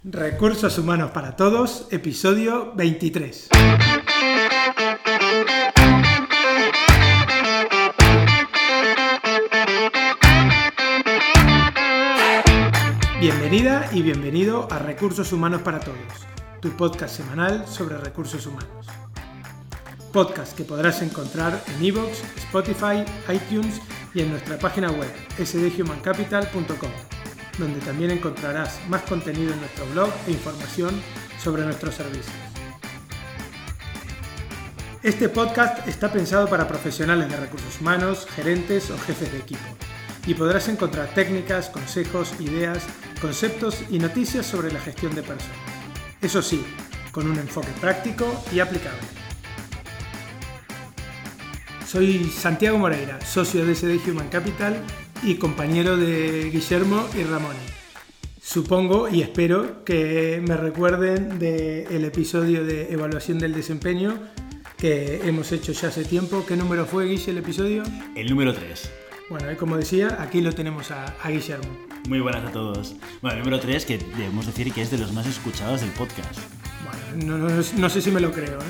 Recursos humanos para todos, episodio 23. Bienvenida y bienvenido a Recursos Humanos para Todos, tu podcast semanal sobre recursos humanos. Podcast que podrás encontrar en iVoox, Spotify, iTunes y en nuestra página web sdhumancapital.com, donde también encontrarás más contenido en nuestro blog e información sobre nuestros servicios. Este podcast está pensado para profesionales de recursos humanos, gerentes o jefes de equipo, y podrás encontrar técnicas, consejos, ideas, conceptos y noticias sobre la gestión de personas. Eso sí, con un enfoque práctico y aplicable. Soy Santiago Moreira, socio de SD Human Capital y compañero de Guillermo y Ramón. Supongo y espero que me recuerden del episodio de evaluación del desempeño que hemos hecho ya hace tiempo. ¿Qué número fue, Guille, el episodio? El número 3. Bueno, y como decía, aquí lo tenemos a Guillermo. Muy buenas a todos. Bueno, el número 3, que debemos decir que es de los más escuchados del podcast. Bueno, no sé si me lo creo,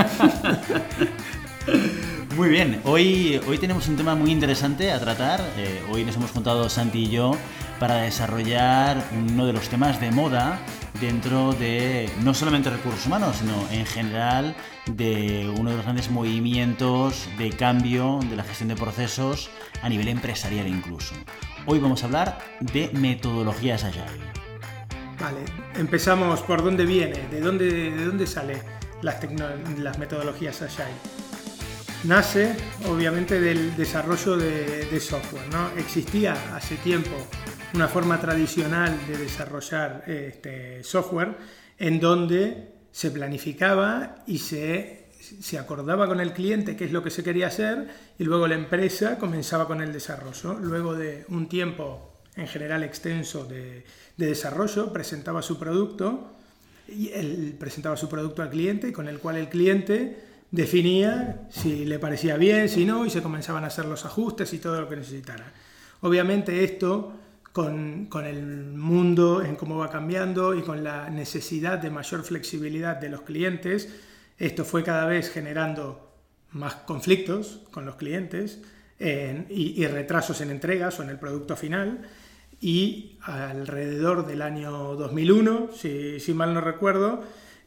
Muy bien, hoy tenemos un tema muy interesante a tratar. Hoy nos hemos juntado Santi y yo para desarrollar uno de los temas de moda dentro de no solamente recursos humanos, sino en general de uno de los grandes movimientos de cambio de la gestión de procesos a nivel empresarial incluso. Hoy vamos a hablar de metodologías Agile. Vale, empezamos por dónde viene, de dónde salen las metodologías Agile. Nace, obviamente, del desarrollo de software, ¿no? Existía hace tiempo una forma tradicional de desarrollar software en donde se planificaba y se acordaba con el cliente qué es lo que se quería hacer y luego la empresa comenzaba con el desarrollo. Luego de un tiempo, en general extenso, de desarrollo, presentaba su producto y él presentaba su producto al cliente, con el cual el cliente definía si le parecía bien, si no, y se comenzaban a hacer los ajustes y todo lo que necesitara. Obviamente esto, con el mundo en cómo va cambiando y con la necesidad de mayor flexibilidad de los clientes, esto fue cada vez generando más conflictos con los clientes y retrasos en entregas o en el producto final. Y alrededor del año 2001, si mal no recuerdo,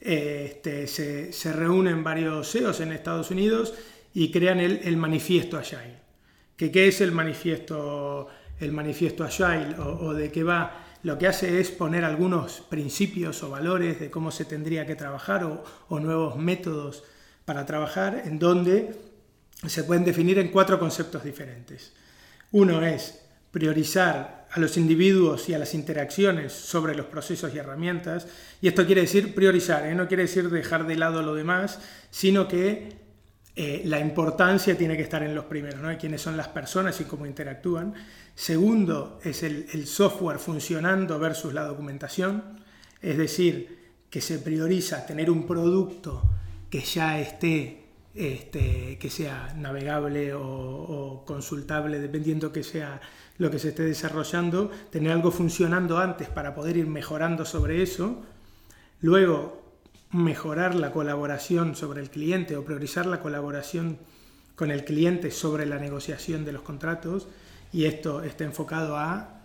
se reúnen varios CEOs en Estados Unidos y crean el manifiesto Agile. ¿Qué es el manifiesto Agile o de qué va? Lo que hace es poner algunos principios o valores de cómo se tendría que trabajar o nuevos métodos para trabajar, en donde se pueden definir en 4 conceptos diferentes. Uno es priorizar a los individuos y a las interacciones sobre los procesos y herramientas, y esto quiere decir priorizar, no quiere decir dejar de lado lo demás, sino que la importancia tiene que estar en los primeros, ¿no? Quiénes son las personas y cómo interactúan. Segundo es el software funcionando versus la documentación, es decir, que se prioriza tener un producto que ya esté que sea navegable o consultable, dependiendo que sea lo que se esté desarrollando, tener algo funcionando antes para poder ir mejorando sobre eso. Luego, mejorar la colaboración sobre el cliente o priorizar la colaboración con el cliente sobre la negociación de los contratos, y esto está enfocado a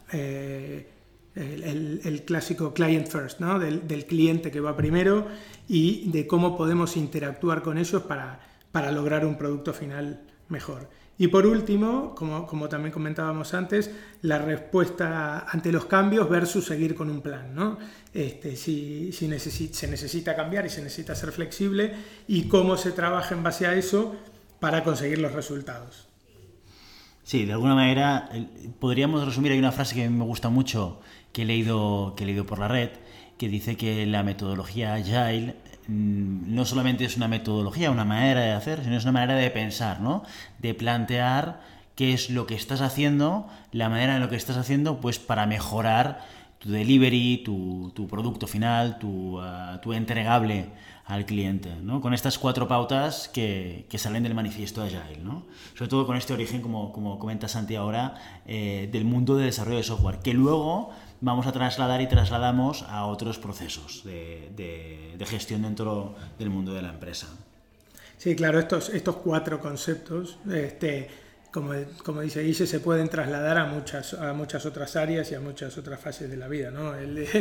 el clásico client first, ¿no? del cliente que va primero y de cómo podemos interactuar con ellos para lograr un producto final mejor. Y por último, como también comentábamos antes, la respuesta ante los cambios versus seguir con un plan, ¿no? Si se necesita cambiar y se necesita ser flexible, y cómo se trabaja en base a eso para conseguir los resultados. Sí, de alguna manera podríamos resumir, hay una frase que me gusta mucho que he leído por la red, que dice que la metodología Agile no solamente es una metodología, una manera de hacer, sino es una manera de pensar, ¿no? De plantear qué es lo que estás haciendo, la manera en la que estás haciendo, pues para mejorar tu delivery, tu producto final, tu entregable al cliente, ¿no? Con estas 4 pautas que salen del manifiesto Agile, ¿no? Sobre todo con este origen, como comenta Santi ahora, del mundo de desarrollo de software, que luego vamos a trasladar y trasladamos a otros procesos de gestión dentro del mundo de la empresa. Sí, claro, estos 4 conceptos, como dice Guille, se pueden trasladar a muchas otras áreas y a muchas otras fases de la vida, ¿no?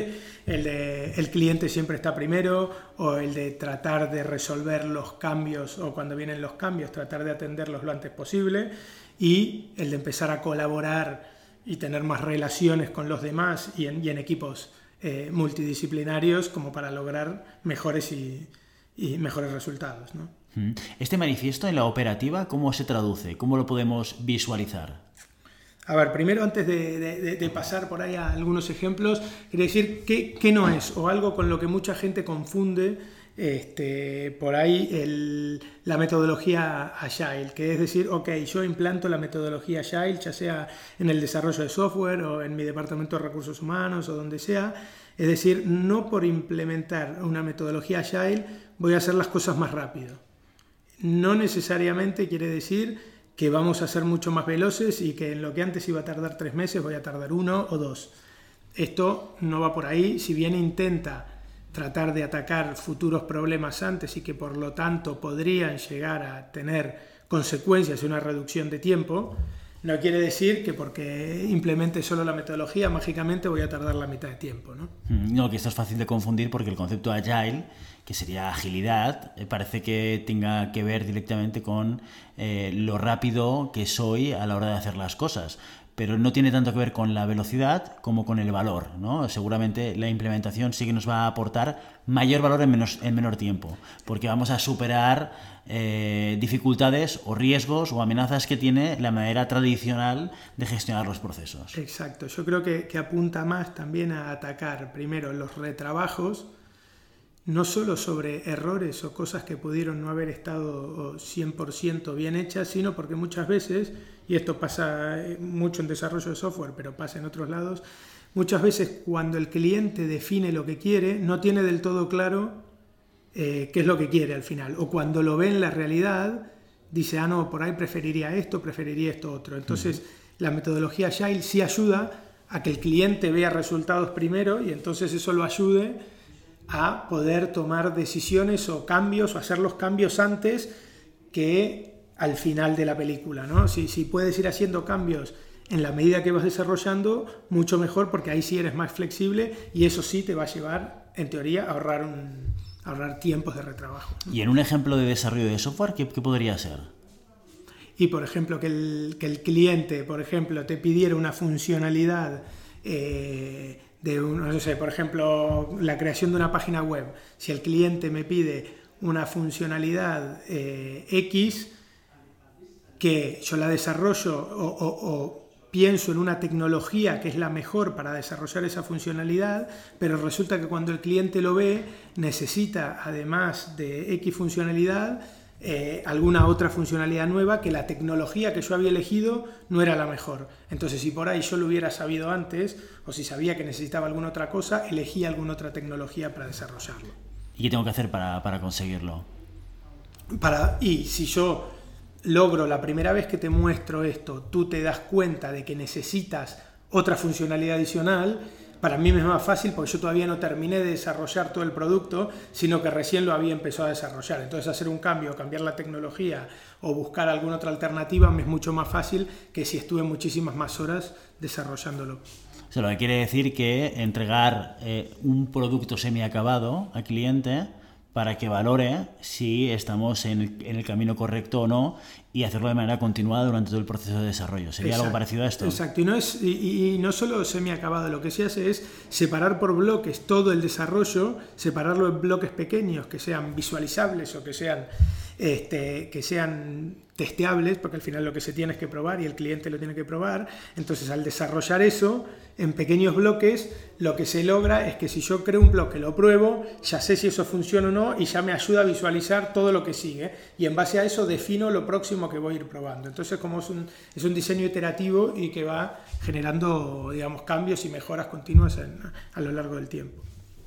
El cliente siempre está primero, o el de tratar de resolver los cambios, o cuando vienen los cambios, tratar de atenderlos lo antes posible, y el de empezar a colaborar y tener más relaciones con los demás y en equipos multidisciplinarios como para lograr mejores y mejores resultados, ¿no? Este manifiesto en la operativa, ¿cómo se traduce? ¿Cómo lo podemos visualizar? A ver, primero, antes de pasar por ahí a algunos ejemplos, quería decir qué no es, o algo con lo que mucha gente confunde por ahí la metodología Agile, que es decir, ok, yo implanto la metodología Agile, ya sea en el desarrollo de software o en mi departamento de recursos humanos o donde sea, es decir, no por implementar una metodología Agile voy a hacer las cosas más rápido. No necesariamente quiere decir que vamos a ser mucho más veloces y que en lo que antes iba a tardar 3 meses voy a tardar 1 o 2. Esto no va por ahí, si bien intenta tratar de atacar futuros problemas antes y que por lo tanto podrían llegar a tener consecuencias y una reducción de tiempo, no quiere decir que porque implemente solo la metodología mágicamente voy a tardar la mitad de tiempo, ¿no? No, que esto es fácil de confundir porque el concepto Agile, que sería agilidad, parece que tenga que ver directamente con lo rápido que soy a la hora de hacer las cosas. Pero no tiene tanto que ver con la velocidad como con el valor, ¿no? Seguramente la implementación sí que nos va a aportar mayor valor en menor tiempo, porque vamos a superar dificultades o riesgos o amenazas que tiene la manera tradicional de gestionar los procesos. Exacto, yo creo que apunta más también a atacar primero los retrabajos, no solo sobre errores o cosas que pudieron no haber estado 100% bien hechas, sino porque muchas veces, y esto pasa mucho en desarrollo de software, pero pasa en otros lados, muchas veces cuando el cliente define lo que quiere, no tiene del todo claro qué es lo que quiere al final, o cuando lo ve en la realidad, dice, no, por ahí preferiría esto otro. Entonces, la metodología Agile sí ayuda a que el cliente vea resultados primero y entonces eso lo ayude a poder tomar decisiones o cambios o hacer los cambios antes que al final de la película, ¿no? Si puedes ir haciendo cambios en la medida que vas desarrollando, mucho mejor porque ahí sí eres más flexible y eso sí te va a llevar, en teoría, a ahorrar tiempos de retrabajo, ¿no? Y en un ejemplo de desarrollo de software, ¿qué podría ser? Y, por ejemplo, que el cliente, por ejemplo, te pidiera una funcionalidad no sé, por ejemplo, la creación de una página web. Si el cliente me pide una funcionalidad X, que yo la desarrollo o pienso en una tecnología que es la mejor para desarrollar esa funcionalidad, pero resulta que cuando el cliente lo ve, necesita, además de X funcionalidad, alguna otra funcionalidad nueva que la tecnología que yo había elegido no era la mejor. Entonces, si por ahí yo lo hubiera sabido antes, o si sabía que necesitaba alguna otra cosa, elegí alguna otra tecnología para desarrollarlo. ¿Y qué tengo que hacer para conseguirlo? Y si yo logro la primera vez que te muestro esto, tú te das cuenta de que necesitas otra funcionalidad adicional, para mí me es más fácil porque yo todavía no terminé de desarrollar todo el producto, sino que recién lo había empezado a desarrollar. Entonces hacer un cambio, cambiar la tecnología o buscar alguna otra alternativa me es mucho más fácil que si estuve muchísimas más horas desarrollándolo. O sea, lo que quiere decir que entregar un producto semiacabado al cliente para que valore si estamos en el camino correcto o no y hacerlo de manera continuada durante todo el proceso de desarrollo. ¿Sería algo parecido a esto? Exacto, y no solo semiacabado, lo que se hace es separar por bloques todo el desarrollo, separarlo en bloques pequeños que sean visualizables o que sean testeables, porque al final lo que se tiene es que probar y el cliente lo tiene que probar. Entonces, al desarrollar eso en pequeños bloques, lo que se logra es que si yo creo un bloque, lo pruebo, ya sé si eso funciona o no y ya me ayuda a visualizar todo lo que sigue y en base a eso defino lo próximo que voy a ir probando. Entonces, como es un diseño iterativo y que va generando, digamos, cambios y mejoras continuas a lo largo del tiempo.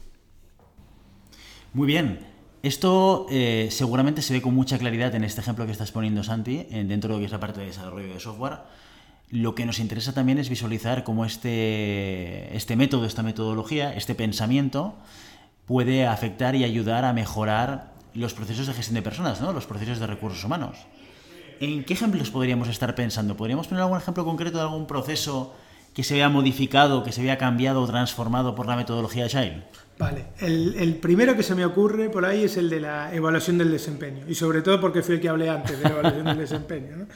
Muy bien. Esto seguramente se ve con mucha claridad en este ejemplo que estás poniendo, Santi, dentro de lo que es la parte de desarrollo de software. lo que nos interesa también es visualizar cómo este método, esta metodología, este pensamiento puede afectar y ayudar a mejorar los procesos de gestión de personas, ¿no? Los procesos de recursos humanos. ¿En qué ejemplos podríamos estar pensando? ¿Podríamos poner algún ejemplo concreto de algún proceso que se vea modificado, que se vea cambiado o transformado por la metodología Agile? Vale, el primero que se me ocurre por ahí es el de la evaluación del desempeño, y sobre todo porque fue el que hablé antes de la evaluación del desempeño, ¿no?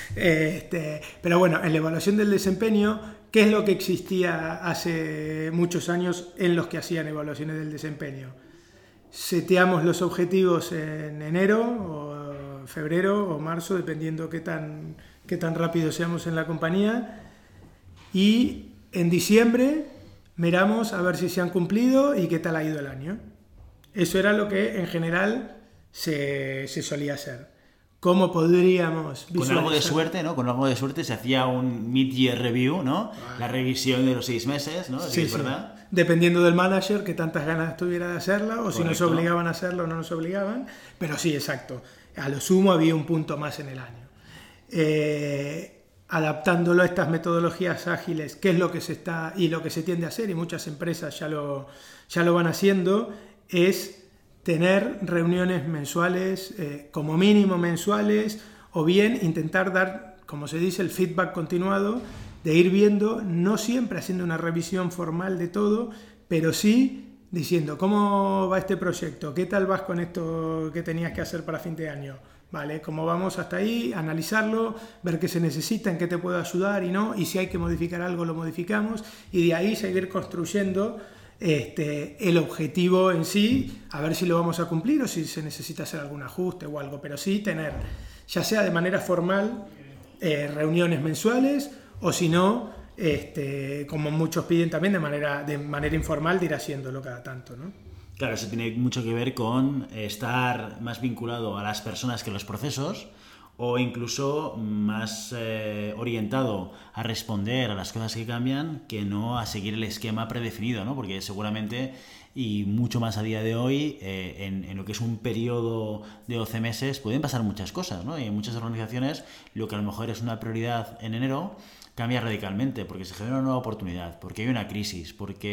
Pero bueno, en la evaluación del desempeño, ¿qué es lo que existía hace muchos años en los que hacían evaluaciones del desempeño? Seteamos los objetivos en enero o febrero o marzo, dependiendo qué tan rápido seamos en la compañía, y en diciembre miramos a ver si se han cumplido y qué tal ha ido el año. Eso era lo que en general se solía hacer. ¿Cómo podríamos visualizar? Con algo de suerte, ¿no? Con algo de suerte se hacía un mid-year review, ¿no? La revisión de los 6 meses, ¿no? Sí, es verdad. Dependiendo del manager, que tantas ganas tuviera de hacerla, o Correcto. si nos obligaban a hacerlo o no nos obligaban. Pero sí, exacto. A lo sumo había un punto más en el año. Adaptándolo a estas metodologías ágiles, qué es lo que se está y lo que se tiende a hacer, y muchas empresas ya lo van haciendo, es tener reuniones mensuales, como mínimo mensuales, o bien intentar dar, como se dice, el feedback continuado, de ir viendo, no siempre haciendo una revisión formal de todo, pero sí diciendo cómo va este proyecto, qué tal vas con esto que tenías que hacer para fin de año. Vale, cómo vamos hasta ahí, analizarlo, ver qué se necesita, en qué te puedo ayudar y no, y si hay que modificar algo lo modificamos, y de ahí seguir construyendo el objetivo en sí, a ver si lo vamos a cumplir o si se necesita hacer algún ajuste o algo, pero sí tener, ya sea de manera formal, reuniones mensuales, o si no, como muchos piden también, de manera informal, de ir haciéndolo cada tanto, ¿no? Claro, eso tiene mucho que ver con estar más vinculado a las personas que a los procesos, o incluso más orientado a responder a las cosas que cambian que no a seguir el esquema predefinido, ¿no? Porque seguramente, y mucho más a día de hoy, en lo que es un periodo de 12 meses, pueden pasar muchas cosas, ¿no? Y en muchas organizaciones lo que a lo mejor es una prioridad en enero cambia radicalmente, porque se genera una nueva oportunidad, porque hay una crisis,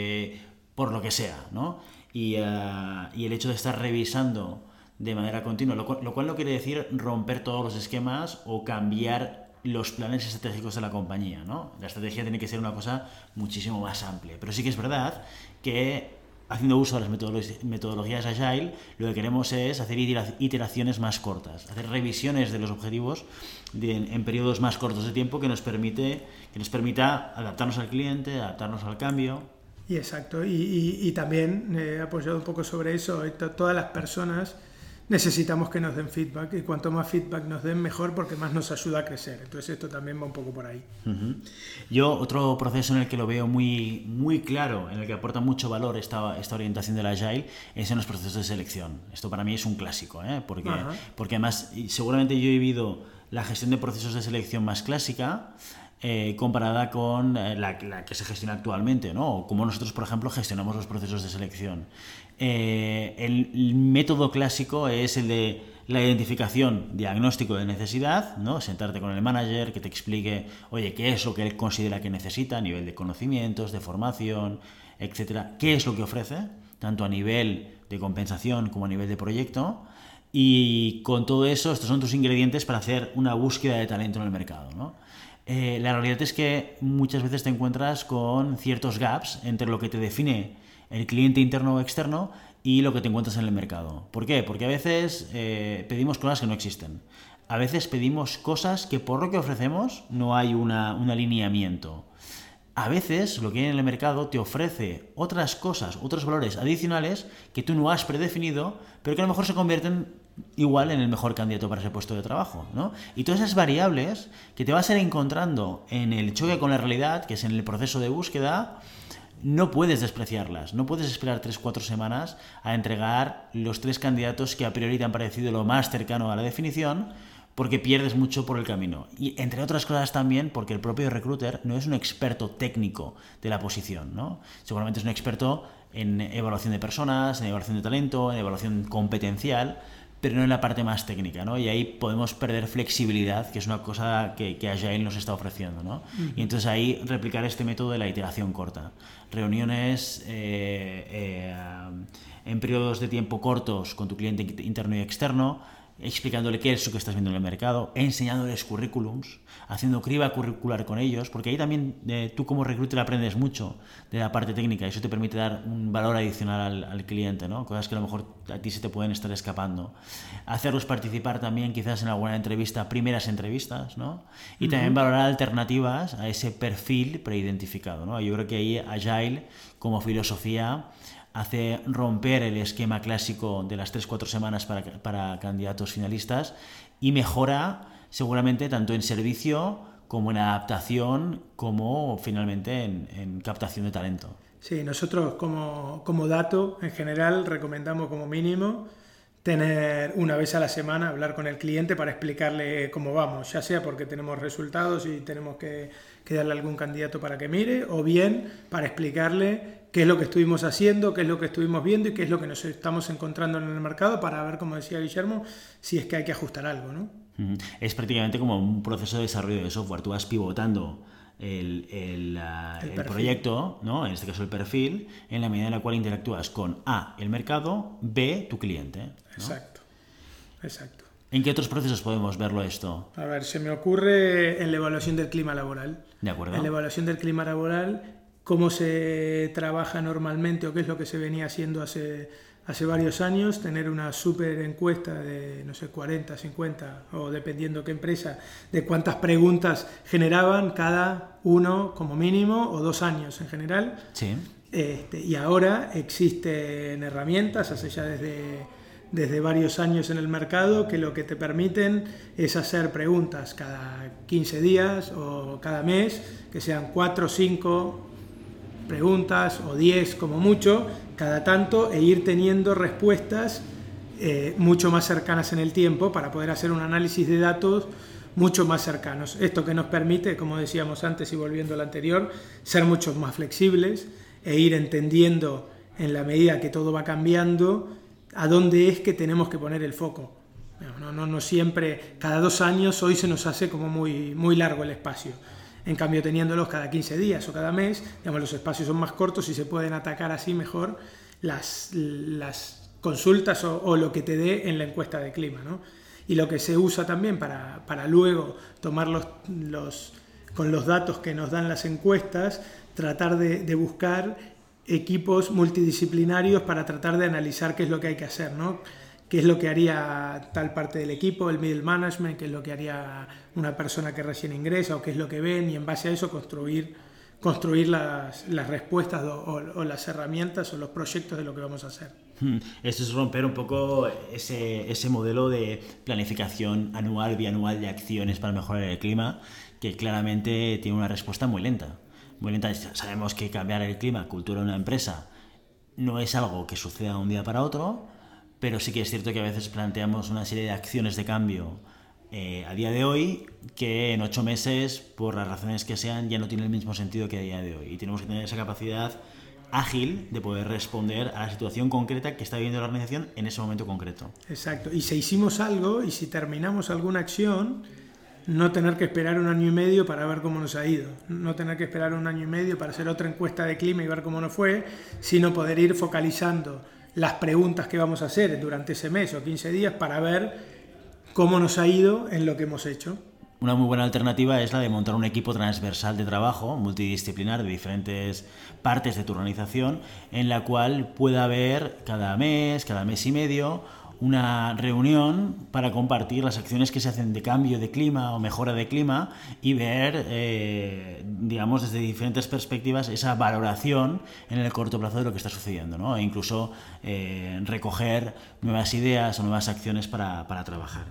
por lo que sea, ¿no? Y el hecho de estar revisando de manera continua, lo cual no quiere decir romper todos los esquemas o cambiar los planes estratégicos de la compañía, ¿no? La estrategia tiene que ser una cosa muchísimo más amplia, pero sí que es verdad que haciendo uso de las metodologías Agile, lo que queremos es hacer iteraciones más cortas, hacer revisiones de los objetivos en periodos más cortos de tiempo que nos permita adaptarnos al cliente, adaptarnos al cambio. Y exacto, y también apoyado un poco sobre eso, todas las personas necesitamos que nos den feedback, y cuanto más feedback nos den, mejor, porque más nos ayuda a crecer. Entonces esto también va un poco por ahí. Uh-huh. Yo, otro proceso en el que lo veo muy, muy claro, en el que aporta mucho valor esta orientación del Agile, es en los procesos de selección. Esto para mí es un clásico, porque además seguramente yo he vivido la gestión de procesos de selección más clásica, comparada con la que se gestiona actualmente, ¿no? O como nosotros, por ejemplo, gestionamos los procesos de selección. El método clásico es el de la identificación, diagnóstico de necesidad, ¿no? Sentarte con el manager que te explique, oye, qué es lo que él considera que necesita a nivel de conocimientos, de formación, etcétera, qué es lo que ofrece, tanto a nivel de compensación como a nivel de proyecto, y con todo eso, estos son tus ingredientes para hacer una búsqueda de talento en el mercado, ¿no? La realidad es que muchas veces te encuentras con ciertos gaps entre lo que te define el cliente interno o externo y lo que te encuentras en el mercado. ¿Por qué? Porque a veces pedimos cosas que no existen. A veces pedimos cosas que por lo que ofrecemos no hay un alineamiento. A veces lo que hay en el mercado te ofrece otras cosas, otros valores adicionales que tú no has predefinido, pero que a lo mejor se convierten igual en el mejor candidato para ese puesto de trabajo, ¿no? Y todas esas variables que te vas a ir encontrando en el choque con la realidad, que es en el proceso de búsqueda, no puedes despreciarlas. No puedes esperar 3-4 semanas a entregar los 3 candidatos que a priori te han parecido lo más cercano a la definición, porque pierdes mucho por el camino. Y entre otras cosas también porque el propio recruiter no es un experto técnico de la posición, ¿no? Seguramente es un experto en evaluación de personas, en evaluación de talento, en evaluación competencial, pero no en la parte más técnica, ¿no? Y ahí podemos perder flexibilidad, que es una cosa que Agile nos está ofreciendo, ¿no? Y entonces ahí replicar este método de la iteración corta. Reuniones en periodos de tiempo cortos con tu cliente interno y externo, explicándole qué es lo que estás viendo en el mercado, enseñándoles currículums, haciendo criba curricular con ellos, porque ahí también tú como recruiter aprendes mucho de la parte técnica y eso te permite dar un valor adicional al cliente, ¿no? Cosas que a lo mejor a ti se te pueden estar escapando. Hacerlos participar también quizás en alguna entrevista, primeras entrevistas, ¿no? Y también valorar alternativas a ese perfil preidentificado, ¿no? Yo creo que ahí Agile como filosofía hace romper el esquema clásico de las 3-4 semanas para candidatos finalistas y mejora seguramente tanto en servicio como en adaptación como finalmente en captación de talento. Sí, nosotros como dato en general recomendamos como mínimo tener una vez a la semana, hablar con el cliente para explicarle cómo vamos, ya sea porque tenemos resultados y tenemos que darle a algún candidato para que mire, o bien para explicarle qué es lo que estuvimos haciendo, qué es lo que estuvimos viendo y qué es lo que nos estamos encontrando en el mercado para ver, como decía Guillermo, si es que hay que ajustar algo, ¿no? Es prácticamente como un proceso de desarrollo de software. Tú vas pivotando el proyecto, ¿no? En este caso el perfil, en la medida en la cual interactúas con A, el mercado, B, tu cliente, ¿no? Exacto. ¿En qué otros procesos podemos verlo esto? A ver, se me ocurre en la evaluación del clima laboral. De acuerdo. En la evaluación del clima laboral, cómo se trabaja normalmente o qué es lo que se venía haciendo hace varios años, tener una súper encuesta de, no sé, 40, 50 o dependiendo qué empresa, de cuántas preguntas generaban cada uno como mínimo o 2 años en general. Sí. Y ahora existen herramientas, hace ya desde varios años en el mercado, que lo que te permiten es hacer preguntas cada 15 días o cada mes, que sean 4 o 5 preguntas o 10 como mucho, cada tanto, e ir teniendo respuestas mucho más cercanas en el tiempo para poder hacer un análisis de datos mucho más cercanos. Esto que nos permite, como decíamos antes y volviendo al anterior, ser mucho más flexibles e ir entendiendo en la medida que todo va cambiando a dónde es que tenemos que poner el foco. No siempre, cada 2 años hoy se nos hace como muy largo el espacio. En cambio, teniéndolos cada 15 días o cada mes, digamos, los espacios son más cortos y se pueden atacar así mejor las consultas o lo que te dé en la encuesta de clima, ¿no? Y lo que se usa también para luego tomar con los datos que nos dan las encuestas, tratar de buscar equipos multidisciplinarios para tratar de analizar qué es lo que hay que hacer, ¿no? Qué es lo que haría tal parte del equipo, el middle management, qué es lo que haría una persona que recién ingresa o qué es lo que ven, y en base a eso construir las respuestas o las herramientas o los proyectos de lo que vamos a hacer. Esto es romper un poco ese modelo de planificación anual, bianual de acciones para mejorar el clima, que claramente tiene una respuesta muy lenta. Muy lenta. Sabemos que cambiar el clima, cultura de una empresa, no es algo que suceda de un día para otro, pero sí que es cierto que a veces planteamos una serie de acciones de cambio a día de hoy que en 8 meses, por las razones que sean, ya no tiene el mismo sentido que a día de hoy. Y tenemos que tener esa capacidad ágil de poder responder a la situación concreta que está viviendo la organización en ese momento concreto. Exacto. Y si hicimos algo y si terminamos alguna acción, no tener que esperar 1 año y medio para ver cómo nos ha ido, no tener que esperar 1 año y medio para hacer otra encuesta de clima y ver cómo nos fue, sino poder ir focalizando las preguntas que vamos a hacer durante ese mes o 15 días para ver cómo nos ha ido en lo que hemos hecho. Una muy buena alternativa es la de montar un equipo transversal de trabajo, multidisciplinar, de diferentes partes de tu organización, en la cual pueda haber cada mes y medio, una reunión para compartir las acciones que se hacen de cambio de clima o mejora de clima y ver, digamos, desde diferentes perspectivas esa valoración en el corto plazo de lo que está sucediendo, ¿no? E incluso recoger nuevas ideas o nuevas acciones para trabajar.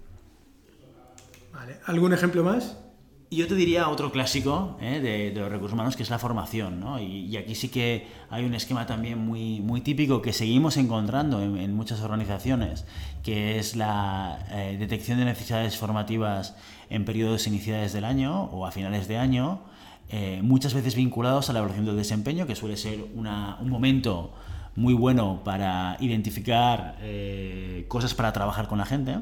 Vale. ¿Algún ejemplo más? Yo te diría otro clásico de los recursos humanos, que es la formación, ¿no? Y aquí sí que hay un esquema también muy típico que seguimos encontrando en muchas organizaciones, que es la detección de necesidades formativas en periodos iniciales del año o a finales de año, muchas veces vinculados a la evaluación del desempeño, que suele ser un momento muy bueno para identificar cosas para trabajar con la gente.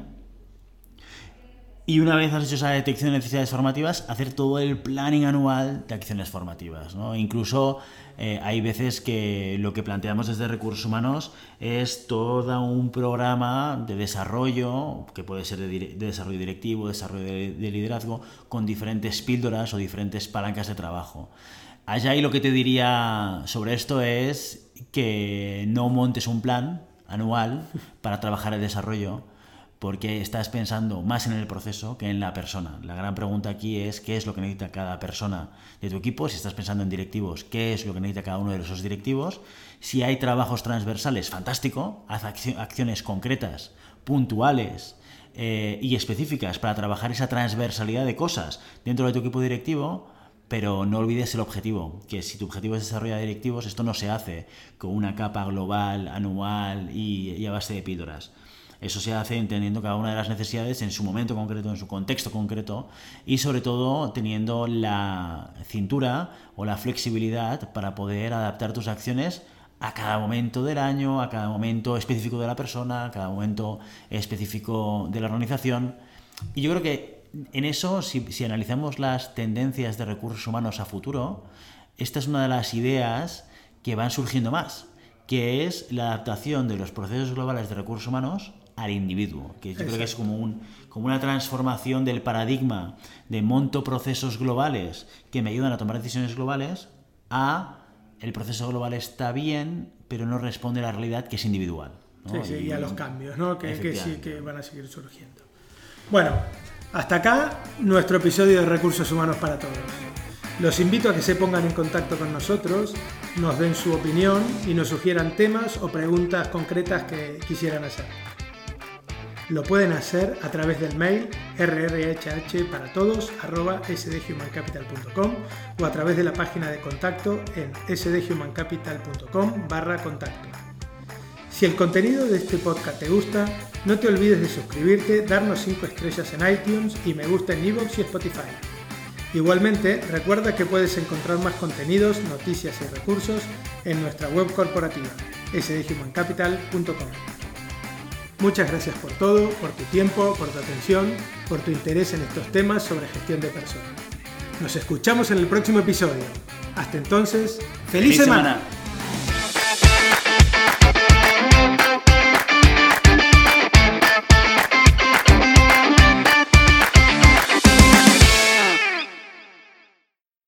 Y una vez has hecho esa detección de necesidades formativas, hacer todo el planning anual de acciones formativas, ¿no? Incluso hay veces que lo que planteamos desde Recursos Humanos es todo un programa de desarrollo, que puede ser de desarrollo directivo, desarrollo de liderazgo, con diferentes píldoras o diferentes palancas de trabajo. Allá, y lo que te diría sobre esto es que no montes un plan anual para trabajar el desarrollo, porque estás pensando más en el proceso que en la persona. La gran pregunta aquí es qué es lo que necesita cada persona de tu equipo. Si estás pensando en directivos, qué es lo que necesita cada uno de esos directivos. Si hay trabajos transversales, fantástico. Haz acciones concretas, puntuales y específicas para trabajar esa transversalidad de cosas dentro de tu equipo directivo, pero no olvides el objetivo, que si tu objetivo es desarrollar directivos, esto no se hace con una capa global, anual y a base de píldoras. Eso se hace entendiendo cada una de las necesidades en su momento concreto, en su contexto concreto, y sobre todo teniendo la cintura o la flexibilidad para poder adaptar tus acciones a cada momento del año, a cada momento específico de la persona, a cada momento específico de la organización. Y yo creo que en eso, si analizamos las tendencias de recursos humanos a futuro, esta es una de las ideas que van surgiendo más, que es la adaptación de los procesos globales de recursos humanos al individuo, que yo creo que es como una transformación del paradigma de monto procesos globales que me ayudan a tomar decisiones globales a el proceso global está bien, pero no responde a la realidad que es individual, ¿no? Y a los cambios, ¿no? que sí que van a seguir surgiendo. Bueno, hasta acá nuestro episodio de Recursos Humanos para Todos. Los invito a que se pongan en contacto con nosotros, nos den su opinión y nos sugieran temas o preguntas concretas que quisieran hacer. Lo pueden hacer a través del mail rrhhparatodos@sdhumancapital.com o a través de la página de contacto en sdhumancapital.com/contacto. Si el contenido de este podcast te gusta, no te olvides de suscribirte, darnos 5 estrellas en iTunes y me gusta en iVoox y Spotify. Igualmente, recuerda que puedes encontrar más contenidos, noticias y recursos en nuestra web corporativa, sdhumancapital.com. Muchas gracias por todo, por tu tiempo, por tu atención, por tu interés en estos temas sobre gestión de personas. Nos escuchamos en el próximo episodio. Hasta entonces, ¡feliz semana!